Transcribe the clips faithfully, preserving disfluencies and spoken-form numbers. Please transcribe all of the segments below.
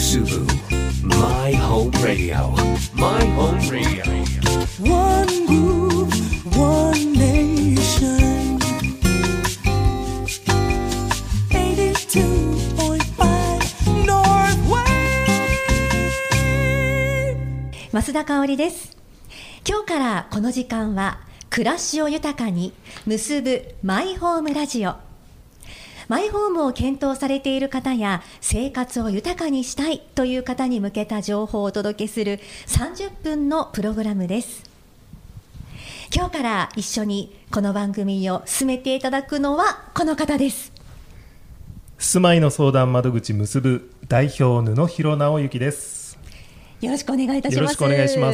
Musubu My Home Radio My Home Radio One Move One Nation エイティツーポイントファイブ North Wave 増田香織です。今日からこの時間は暮らしを豊かに結ぶマイホームラジオ。マイホームを検討されている方や生活を豊かにしたいという方に向けた情報をお届けするさんじゅっぷんのプログラムです。今日から一緒にこの番組を進めていただくのはこの方です。 住まいの相談窓口結ぶ代表布広直之です。 よろしくお願いいたします。 よろしくお願いします。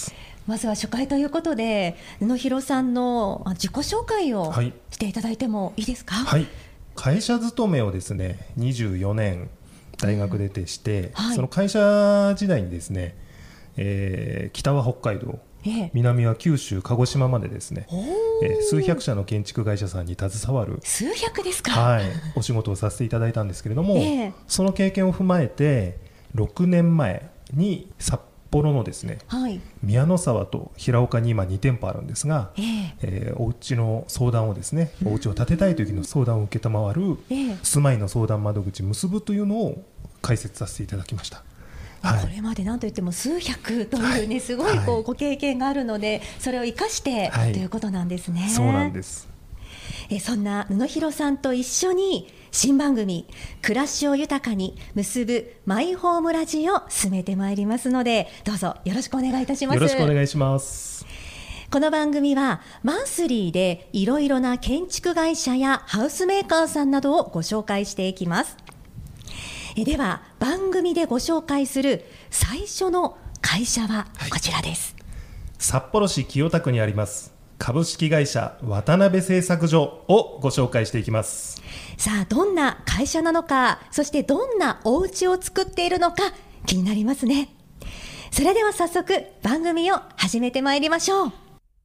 まずは初回ということで布広さんの自己紹介をしていただいてもいいですか？ はい、会社勤めをですねにじゅうよねん大学出てして、はい、その会社時代にですね、えー、北は北海道、えー、南は九州鹿児島までですね、えー、数百社の建築会社さんに携わる数百ですか、 はい、お仕事をさせていただいたんですけれども、 えー、 その経験を踏まえてろくねんまえに札幌のですね、はい、宮の沢と平岡に今にてんぽあるんですが、えーえー、お家の相談をですね、お家を建てたいという時の相談を受けたまわる、えー、住まいの相談窓口結ぶというのを開設させていただきました。 はい、これまで何といっても数百というね、はい、すごいこうご経験があるのでそれを生かして、はい、ということなんですね。 そうなんです。 えそんな布広さんと一緒に新番組暮らしを豊かに結ぶマイホームラジオを進めてまいりますのでどうぞよろしくお願いいたします。 よろしくお願いします。 この番組はマンスリーでいろいろな建築会社やハウスメーカーさんなどをご紹介していきます。えでは番組でご紹介する最初の会社はこちらです。 はい、札幌市清田区にあります株式会社渡辺製作所をご紹介していきます。 さあどんな会社なのか、そしてどんなお家を作っているのか気になりますね。それでは早速番組を始めてまいりましょう。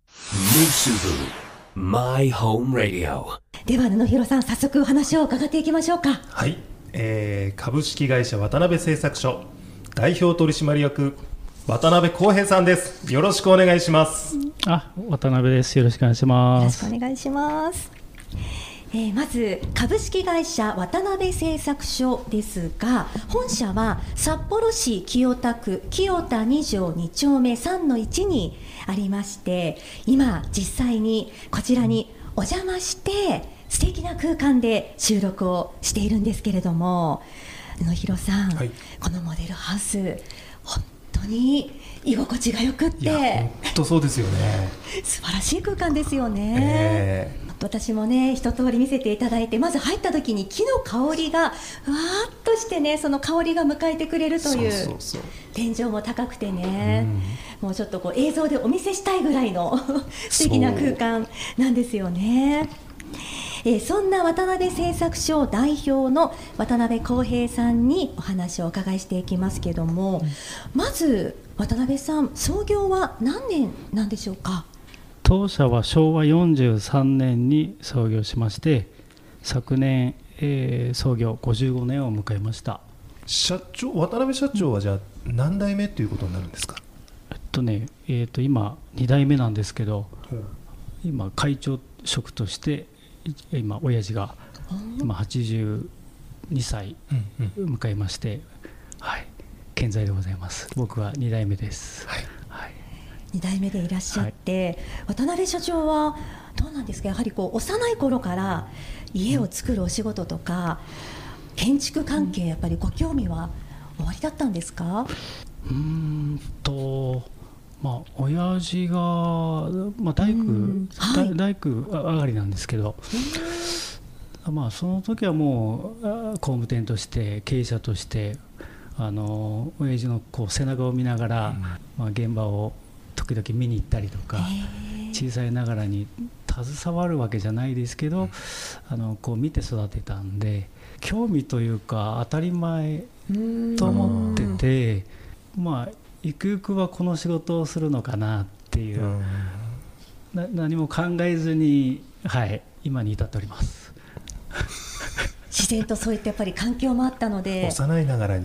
My Home Radio。 では布広さん早速お話を伺っていきましょうか。 はい、えー、株式会社渡辺製作所代表取締役渡辺康平さんです。よろしくお願いします。 あ、渡辺です。よろしくお願いします。 よろしくお願いします。えー、まず株式会社渡辺製作所ですが、本社は札幌市清田区清田に条に丁目さんのいちにありまして、今実際にこちらにお邪魔して素敵な空間で収録をしているんですけれども、布広さん、はい、このモデルハウス本当に居心地がよくって、いや本当そうですよね素晴らしい空間ですよね。えー、私もね一通り見せていただいて、まず入った時に木の香りがわーっとしてね、その香りが迎えてくれるという、そうそうそう、天井も高くてね、うん、もうちょっとこう映像でお見せしたいぐらいの素敵な空間なんですよね。えー、そんな渡辺製作所代表の渡辺康平さんにお話をお伺いしていきますけども、うん、まず渡辺さん、創業は何年なんでしょうか？ 当社はしょうわよんじゅうさんねんに創業しまして、昨年、えー、創業ごじゅうごねんを迎えました。 社長、渡辺社長はじゃあ何代目ということになるんですか？ えっとね、えー、と今にだいめなんですけど、うん、今会長職として今親父が今はちじゅうにさい迎えまして、うんうん、はい、健在でございます。僕はにだいめです。はいはい、 にだいめでいらっしゃって、はい、渡辺社長はどうなんですか？やはりこう幼い頃から家を作るお仕事とか、うん、建築関係やっぱりご興味はおありだったんですか？ うーんとまあ、親父が、まあ、大工、はい、大工上がりなんですけど、まあ、その時はもう工務店として経営者としてあの親父のこう背中を見ながら、うん、まあ、現場を時々見に行ったりとか、小さいながらに携わるわけじゃないですけど、うん、あのこう見て育てたんで興味というか当たり前と思ってて、まあゆくゆくはこの仕事をするのかなっていう、うん、な何も考えずに、はい、今に至っております自然とそういったやっぱり環境もあったので、 幼いながらに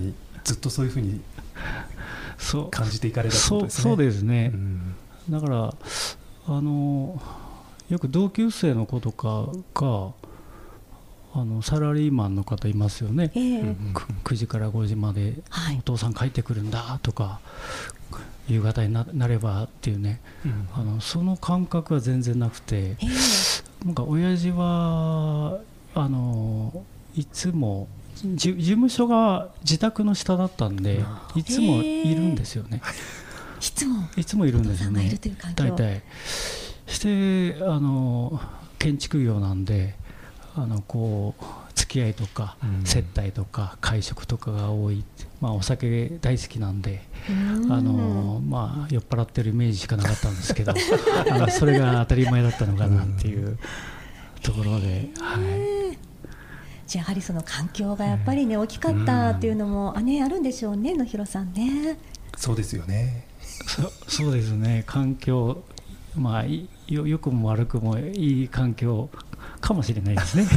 ずっとそういうふうに感じていかれたってことですね。 そうですね、うん、だからあのよく同級生の子とかがあのサラリーマンの方いますよね、えー、く, くじからごじまでお父さん帰ってくるんだとか、夕方に な, なればっていうね、うん、あのその感覚は全然なくて、えー、なんか親父はあのいつも事務所が自宅の下だったんでいつもいるんですよね、 えー、いつもいつもいるんですよね、大体してあの建築業なんであのこう付き合いとか接待とか会食とかが多い、まあ、お酒大好きなんであの、まあ、酔っ払ってるイメージしかなかったんですけどあのそれが当たり前だったのかなっていうところで、はい、 じゃあやはりその環境がやっぱりね大きかったっていうのも、ね、あるんでしょうね、野広さんね。 そうですよね。 そ, そうですね、環境、まあ、よ, よくも悪くもいい環境かもしれないですね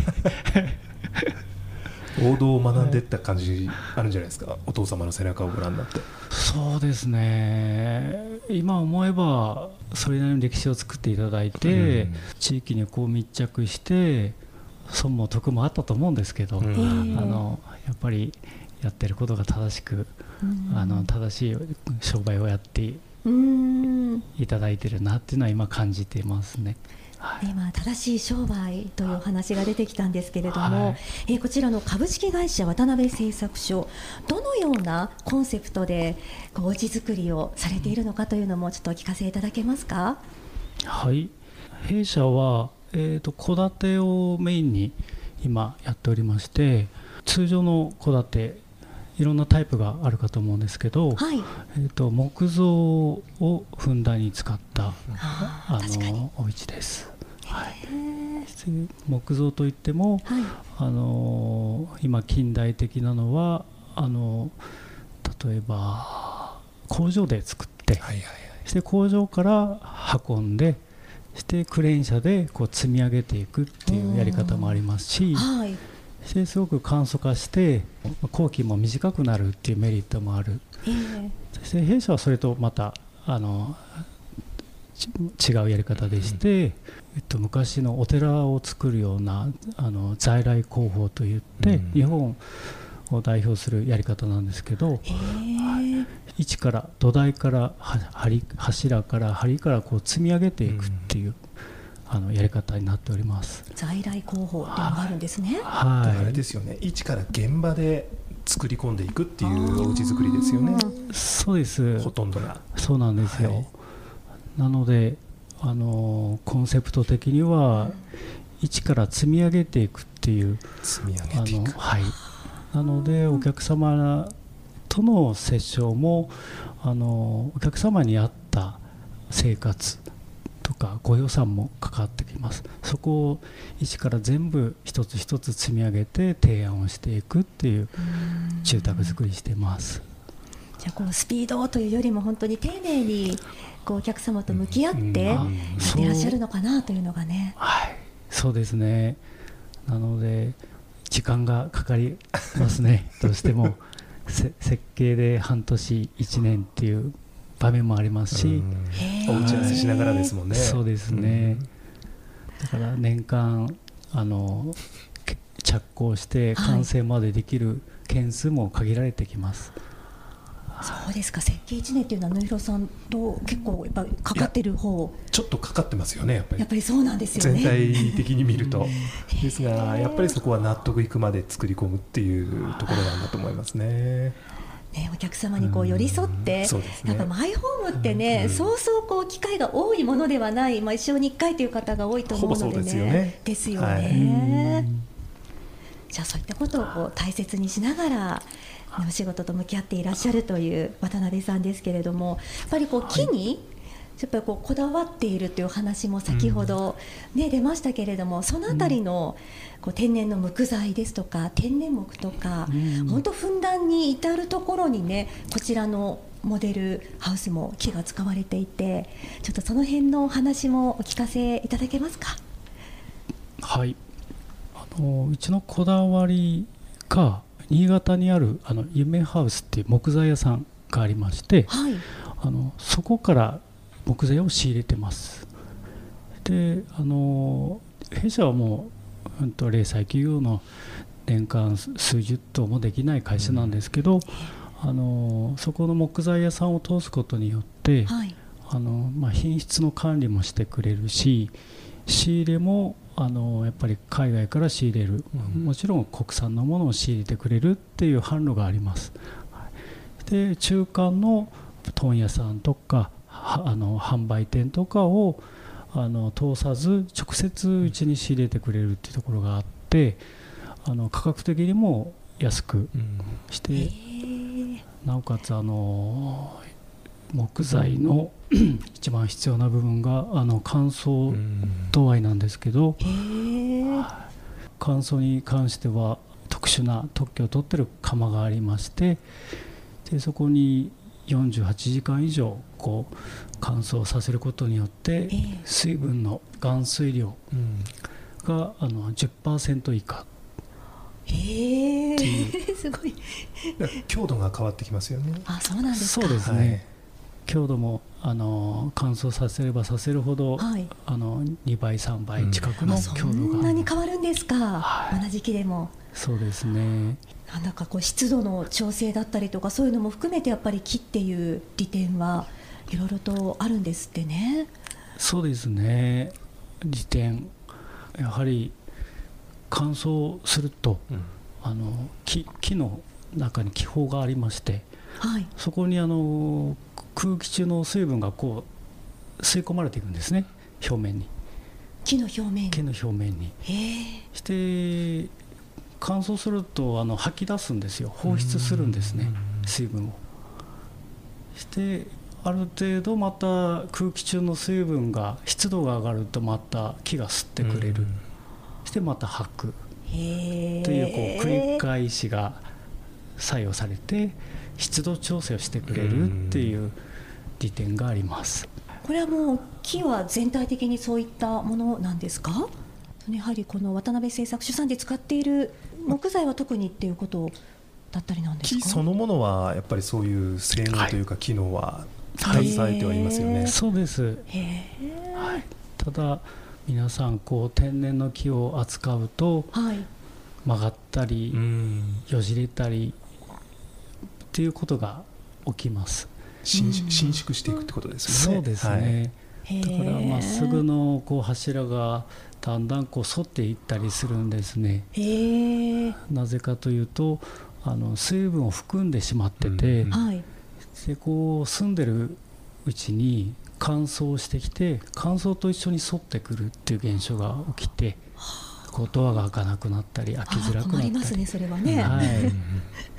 王道を学んでいった感じあるんじゃないですか、お父様の背中をご覧になって。 そうですね、今思えばそれなりの歴史を作っていただいて、うん、地域にこう密着して損も得もあったと思うんですけど、うん、あのやっぱりやってることが正しく、うん、あの正しい商売をやっていただいてるなっていうのは今感じていますね。 はい、今正しい商売というお話が出てきたんですけれども、はい、えー、こちらの株式会社渡辺製作所、どのようなコンセプトでこうおうち作りをされているのかというのもちょっとお聞かせいただけますか。 はい、弊社はえーと戸建てをメインに今やっておりまして、通常の戸建ていろんなタイプがあるかと思うんですけど、はい、えーと木造をふんだんに使ったあのお家です。はい、木造といっても、はい、あの今近代的なのはあの例えば工場で作って、はいはいはい、して工場から運んでしてクレーン車でこう積み上げていくっていうやり方もありますし、はい、してすごく簡素化して工期も短くなるっていうメリットもある、えー、そして弊社はそれとまたあの違うやり方でして、うん、えっと、昔のお寺を作るようなあの在来工法といって、うん、日本を代表するやり方なんですけど、えー、一から土台から柱から梁からこう積み上げていくっていう、うん、あのやり方になっております。 在来工法っていうのがあるんですね。 はい、あれですよね、一から現場で作り込んでいくっていうお家作りですよね。 そうです、 ほとんどがそうなんですよ、はい、なのであのコンセプト的には、うん、一から積み上げていくっていう積み上げていく、 はい、なのでお客様との接触もあのお客様に合った生活とかご予算もかかってきます。そこを一から全部一つ一つ積み上げて提案をしていくっていう住宅作りしています。 じゃあこのスピードというよりも本当に丁寧にこうお客様と向き合ってやっていらっしゃるのかなというのがね、 うん、はい、そうですね。なので時間がかかりますねどうしても設計で半年いちねんっていう場面もありますし、 お打ち合わせしながらですもんね。 そうですね、だから年間あの着工して完成までできる件数も限られてきます。 そうですか。設計いちねんっていうのは野広さんと結構やっぱりかかってる方、 ちょっとかかってますよね、やっぱり。 やっぱりそうなんですよね、 全体的に見るとですが、やっぱりそこは納得いくまで作り込むっていうところなんだと思いますね。 ね、お客様にこう寄り添って、うん、ね、やっぱマイホームってね、うん、そうそうこう機会が多いものではない、まあ、一生にいっかいという方が多いと思うのでね、ですよね。ですよね、はい、じゃあそういったことをこう大切にしながらお仕事と向き合っていらっしゃるという渡辺さんですけれども、やっぱりこう木にやっぱりこうこだわっているという話も先ほど、ね、うん、出ましたけれども、そのあたりのこう天然の木材ですとか天然木とか、うん、本当ふんだんに至るところにね、こちらのモデルハウスも木が使われていて、ちょっとその辺のお話もお聞かせいただけますか。 はい、あのうちのこだわりが新潟にあるあの夢ハウスっていう木材屋さんがありまして、はい、あのそこから木材を仕入れてます。であの弊社はもう本当零細企業の年間数十頭もできない会社なんですけど、うん、あのそこの木材屋さんを通すことによって、はい、あのまあ、品質の管理もしてくれるし、仕入れもあのやっぱり海外から仕入れる、うん、もちろん国産のものを仕入れてくれるっていう販路があります。で中間の問屋さんとかあの販売店とかをあの通さず直接うちに仕入れてくれるっていうところがあって、あの価格的にも安くして、うん、なおかつあの木材の一番必要な部分があの乾燥度合いなんですけど、乾燥に関しては特殊な特許を取っている窯がありまして、でそこによんじゅうはちじかん以上こう乾燥させることによって水分の含水量があの じゅっパーセント 以下。 へー、すごい。 強度が変わってきますよね。 あ、そうなんですか。 そうですね、はい、強度もあの乾燥させればさせるほど、はい、あのにばいさんばい近くの強度が、うん、 そんなに変わるんですか、はい、同じ木でも。 そうですね。 なんだかこう湿度の調整だったりとかそういうのも含めてやっぱり木っていう利点はいろいろとあるんですってね。 そうですね、利点やはり乾燥すると、うん、あの 木, 木の中に気泡がありまして、はい、そこにあの空気中の水分がこう吸い込まれていくんですね、表面に。 木の表面に木の表面に。へして乾燥するとあの吐き出すんですよ、放出するんですね、水分を。してある程度また空気中の水分が湿度が上がるとまた木が吸ってくれる、してまた吐くというこう繰り返しが作用されて湿度調整をしてくれるっていう利点があります。 これはもう木は全体的にそういったものなんですか？やはりこの渡辺製作所さんで使っている木材は特にっていうことだったりなんですか？ 木そのものはやっぱりそういう性能というか機能は携えてはいますよね。 そうです。へー、はい、ただ皆さんこう天然の木を扱うと、はい、曲がったりよじれたりっていうことが起きます。 伸縮していくってことですよね。 そうですね、はい、だからまっすぐのこう柱がだんだんこう反っていったりするんですね。へなぜかというとあの水分を含んでしまってて、うん、でこう住んでるうちに乾燥してきて乾燥と一緒に反ってくるっていう現象が起きて、こうドアが開かなくなったり開きづらくなったり。困りますね、 それはね。 はい、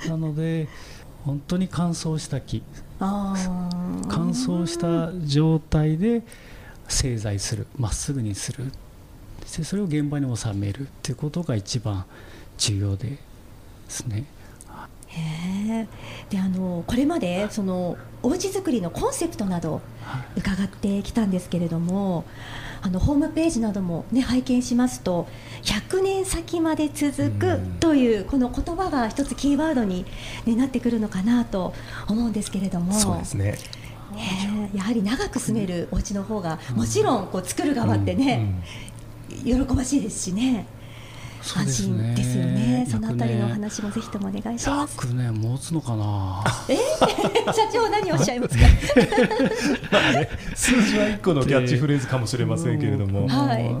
なので本当に乾燥した木、あ乾燥した状態で製材する、まっすぐにする、でそれを現場に収めるっていうことが一番重要ですね。 へであのこれまでそのおうち作りのコンセプトなど伺ってきたんですけれども、あのホームページなども、ね、拝見しますとひゃくねん先まで続くというこの言葉が一つキーワードに、ね、なってくるのかなと思うんですけれども。 そうですね、 えー、やはり長く住めるお家の方がもちろんこう作る側ってね、うんうん、喜ばしいですしね、安心ですよね。そのあたりのお話もぜひともお願いします。 ひゃくねん持つのかな。 え社長何をおっしゃいますか。 まあね、数字はいっこのキャッチフレーズかもしれませんけれども、 はい、うん、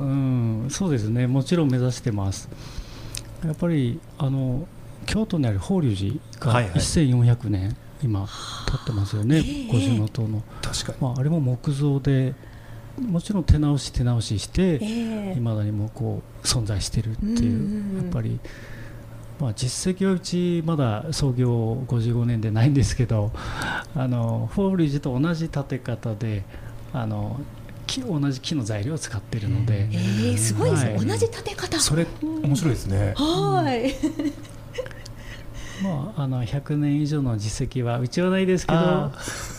そうですね、もちろん目指してます。やっぱりあの京都にある法隆寺がせんよんひゃくねん、はいはい、今経ってますよね、五重塔の。確かに、まあ、あれも木造でもちろん手直し手直ししていま、えー、だにもこう存在してるっていう、やっぱり、まあ、実績はうちまだ創業ごじゅうごねんでないんですけど、あの法隆寺と同じ建て方であの木同じ木の材料を使っているので、 えー、すごいですね、はい、同じ建て方。 それ面白いですね。 はい、 まあ、あのひゃくねん以上の実績はうちはないですけど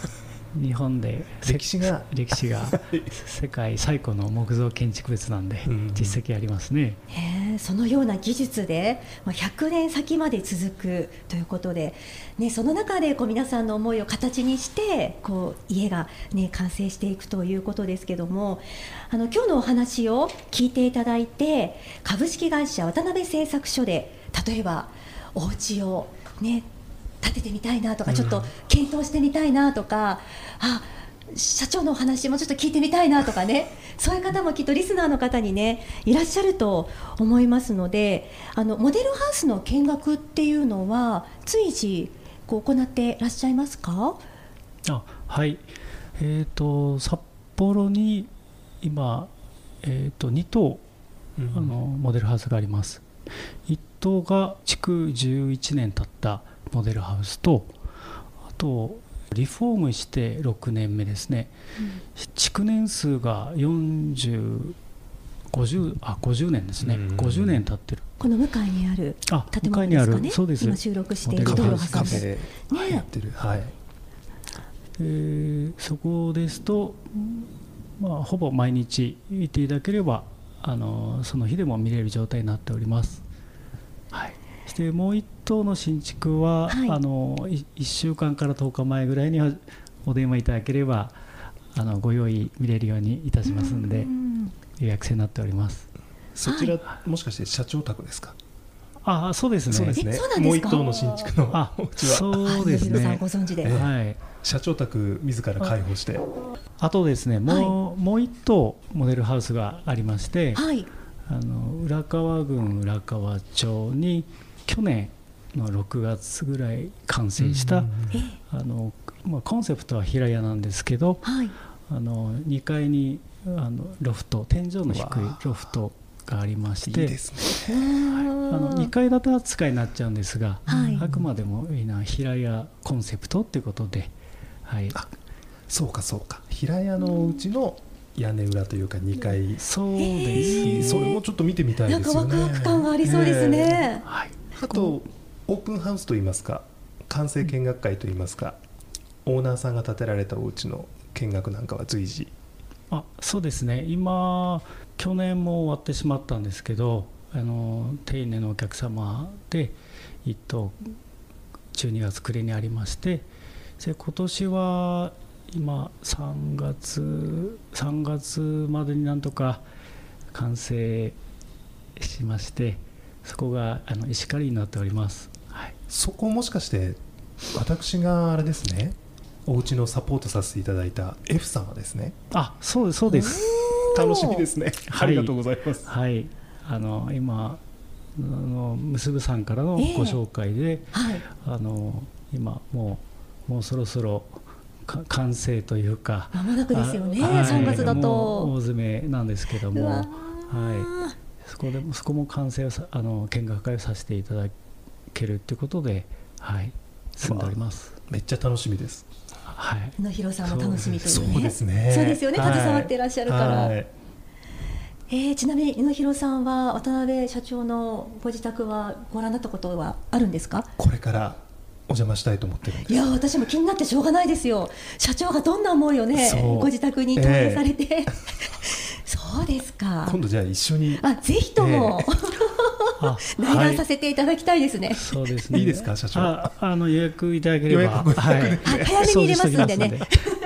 日本で歴史が歴史が世界最古の木造建築物なんで実績ありますね。 へー、そのような技術でひゃくねん先まで続くということで、ね、その中でこう皆さんの思いを形にしてこう家が、ね、完成していくということですけども、あの今日のお話を聞いていただいて株式会社渡辺製作所で例えばお家をね建ててみたいなとか、ちょっと検討してみたいなとか、うん、あ社長のお話もちょっと聞いてみたいなとかね、そういう方もきっとリスナーの方にねいらっしゃると思いますので、あのモデルハウスの見学っていうのは随時こう行っていらっしゃいますか？ あはい、えーと、札幌に今、えーと、に棟、うん、あのモデルハウスがあります。いっ棟が築じゅういちねん経ったモデルハウスと、あとリフォームしてろくねんめですね、うん、築年数がよんじゅう、ごじゅう、あごじゅうねんですね、うん、ごじゅうねん経ってるこの向かいにある建物ですかね。 そうです、 今収録している道路を挟んでやってる、はい、 えー、そこですと、まあ、ほぼ毎日行っていただければあのその日でも見れる状態になっております。はい、そしてもう一棟の新築は、はい、あのいっしゅうかんからとおかまえぐらいにはお電話いただければあのご用意見れるようにいたしますので、予約制になっております。 そちら、はい、もしかして社長宅ですか？ ああ、そうですね。 そうですね。もう一棟の新築のお家はそうですね。 ご存知で、 えーはい、社長宅自ら開放して、 あとですね、もう、はい、もう一棟モデルハウスがありまして、 はい、 あの浦河郡浦河町に去年のろくがつぐらい完成した、うん、あのまあ、コンセプトは平屋なんですけど、 はい、 あのにかいにあのロフト、天井の低いロフトがありまして、 いいですね。 はい、あのにかい建て扱いになっちゃうんですが、 はい、 あくまでもいいな平屋コンセプトということで、はい、 あそうかそうか、平屋のうちの屋根裏というかにかい、 そうですね、 それもちょっと見てみたいですよね。 なんかワクワク感がありそうですね。 えーはい、あとオープンハウスといいますか、完成見学会といいますか、オーナーさんが建てられたお家の見学なんかは随時。 あそうですね、今去年も終わってしまったんですけど、あの丁寧なお客様で一棟じゅうにがつ暮れにありまして、で今年は今さんがつさんがつまでになんとか完成しまして、そこがあの石狩りになっております。はい、 そこもしかして私があれですね、お家のサポートさせていただいた F 様ですね。 あ、そうですそうです。 楽しみですね。ありがとうございます。 はい、はい、あの今あの結さんからのご紹介で、 えーはい、 あの今もうもうそろそろ完成というか、 間もなくですよね。はい、さんがつだと大詰めなんですけども、はい、そこでもそこも完成をさあの見学会をさせていただけるということで、はい、進んでおります。 めっちゃ楽しみです。 はい、 野広さんも楽しみというね。 そうですね。 そうですよね。携わっていらっしゃるから。 はい、 えー、ちなみに野広さんは渡辺社長のご自宅はご覧になったことはあるんですか？ これからお邪魔したいと思ってるんです。 いや私も気になってしょうがないですよ。社長がどんな思いをねご自宅に投影されて、えー、そうですか。 今度じゃあ一緒にあぜひとも、えー、内覧させていただきたいですね。はい、 そうですね。 いいですか社長。 ああの予約いただければ、 はい、早めに入れますんでね。はい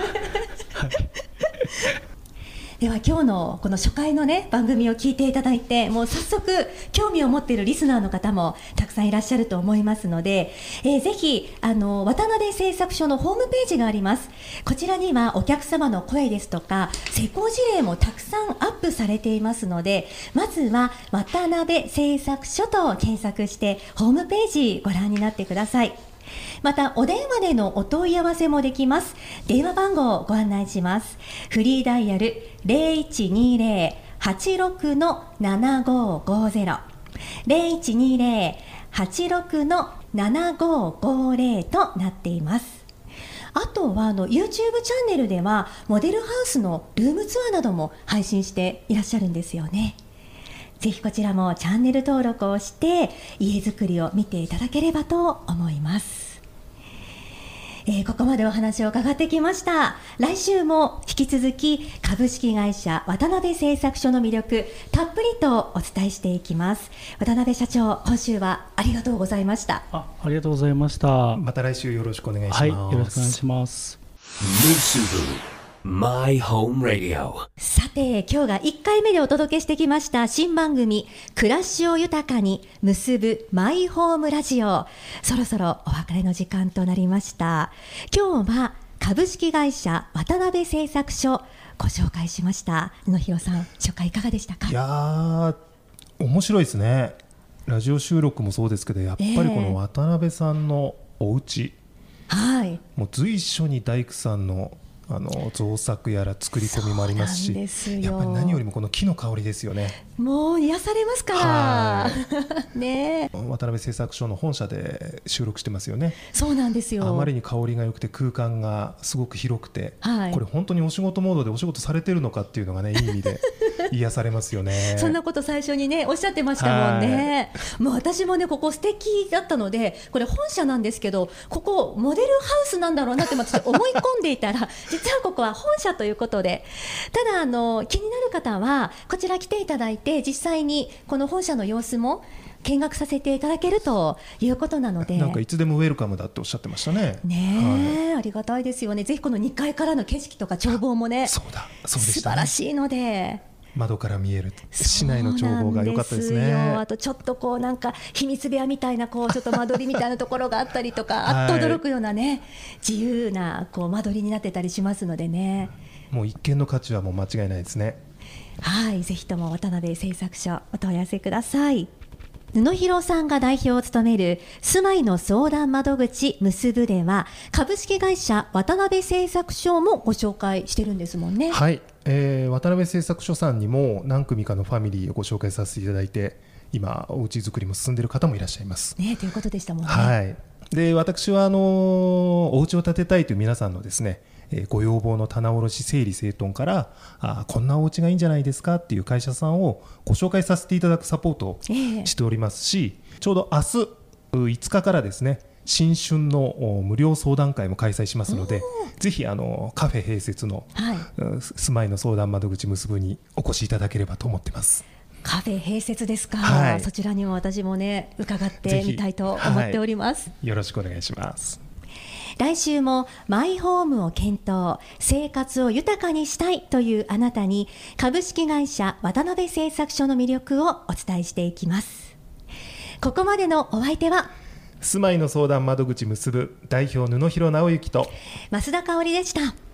では今日のこの初回のね番組を聞いていただいて、もう早速興味を持っているリスナーの方もたくさんいらっしゃると思いますので、えー、ぜひあの渡辺製作所のホームページがあります。こちらにはお客様の声ですとか施工事例もたくさんアップされていますので、まずは渡辺製作所と検索してホームページご覧になってください。またお電話でのお問い合わせもできます。電話番号をご案内します。フリーダイヤル ゼロいちにゼロ はちろく ななごごゼロ ゼロいちにゼロ はちろく ななごごゼロとなっています。あとはあの YouTube チャンネルではモデルハウスのルームツアーなども配信していらっしゃるんですよね。ぜひこちらもチャンネル登録をして家づくりを見ていただければと思います。 えー、ここまでお話を伺ってきました。来週も引き続き株式会社渡辺製作所の魅力たっぷりとお伝えしていきます。渡辺社長、今週はありがとうございました。 あ、ありがとうございました。 また来週よろしくお願いします。 はい、よろしくお願いします。 My Home Radio。 さて、今日がいっかいめでお届けしてきました新番組暮らしを豊かに結ぶマイホームラジオ、そろそろお別れの時間となりました。今日は株式会社渡辺製作所ご紹介しました。野広さん、初回いかがでしたか？ いやー、面白いですね。ラジオ収録もそうですけど、やっぱりこの渡辺さんのお家、 えー、はい、 もう随所に大工さんのあの造作やら作り込みもありますし、やっぱり何よりもこの木の香りですよね。 もう癒されますからね。 渡辺製作所の本社で収録してますよね。 そうなんですよ。 あまりに香りが良くて空間がすごく広くて、 はい、これ本当にお仕事モードでお仕事されてるのかっていうのがね、いい意味で癒されますよね。 そんなこと最初にねおっしゃってましたもんね。もう私もねここ素敵だったので、これ本社なんですけど、ここモデルハウスなんだろうなって思い込んでいたら実はここは本社ということで、ただあの気になる方はこちら来ていただいて、実際にこの本社の様子も見学させていただけるということなので、 なんかいつでもウェルカムだっておっしゃってましたね。 ね、はい、ありがたいですよね。ぜひこのにかいからの景色とか眺望もね、 そうだ、そうでしたね、 素晴らしいので、 窓から見える市内の眺望が良かったですね。 あとちょっとこうなんか秘密部屋みたいなこうちょっと間取りみたいなところがあったりとかあっと驚くようなね、自由なこう間取りになってたりしますのでね、 もう一見の価値はもう間違いないですね。 はい、ぜひとも渡辺製作所お問い合わせください。布広さんが代表を務める住まいの相談窓口結ぶでは、株式会社渡辺製作所もご紹介してるんですもんね。 はい、えー、渡辺製作所さんにも何組かのファミリーをご紹介させていただいて、今お家作りも進んでいる方もいらっしゃいます、 ね、ということでしたもんね。 はい、で私はあのお家を建てたいという皆さんのですね、えー、ご要望の棚卸し整理整頓から、あこんなお家がいいんじゃないですかっていう会社さんをご紹介させていただくサポートをしておりますし、えー、ちょうど明日いつかからですね、新春の無料相談会も開催しますので、ぜひあのカフェ併設の、はい、住まいの相談窓口結ぶにお越しいただければと思ってます。 カフェ併設ですか、 はい、 そちらにも私もね伺ってみたいと思っております、 はい、よろしくお願いします。 来週もマイホームを検討、生活を豊かにしたいというあなたに株式会社渡辺製作所の魅力をお伝えしていきます。ここまでのお相手は住まいの相談窓口結ぶ代表布広直之と増田香織でした。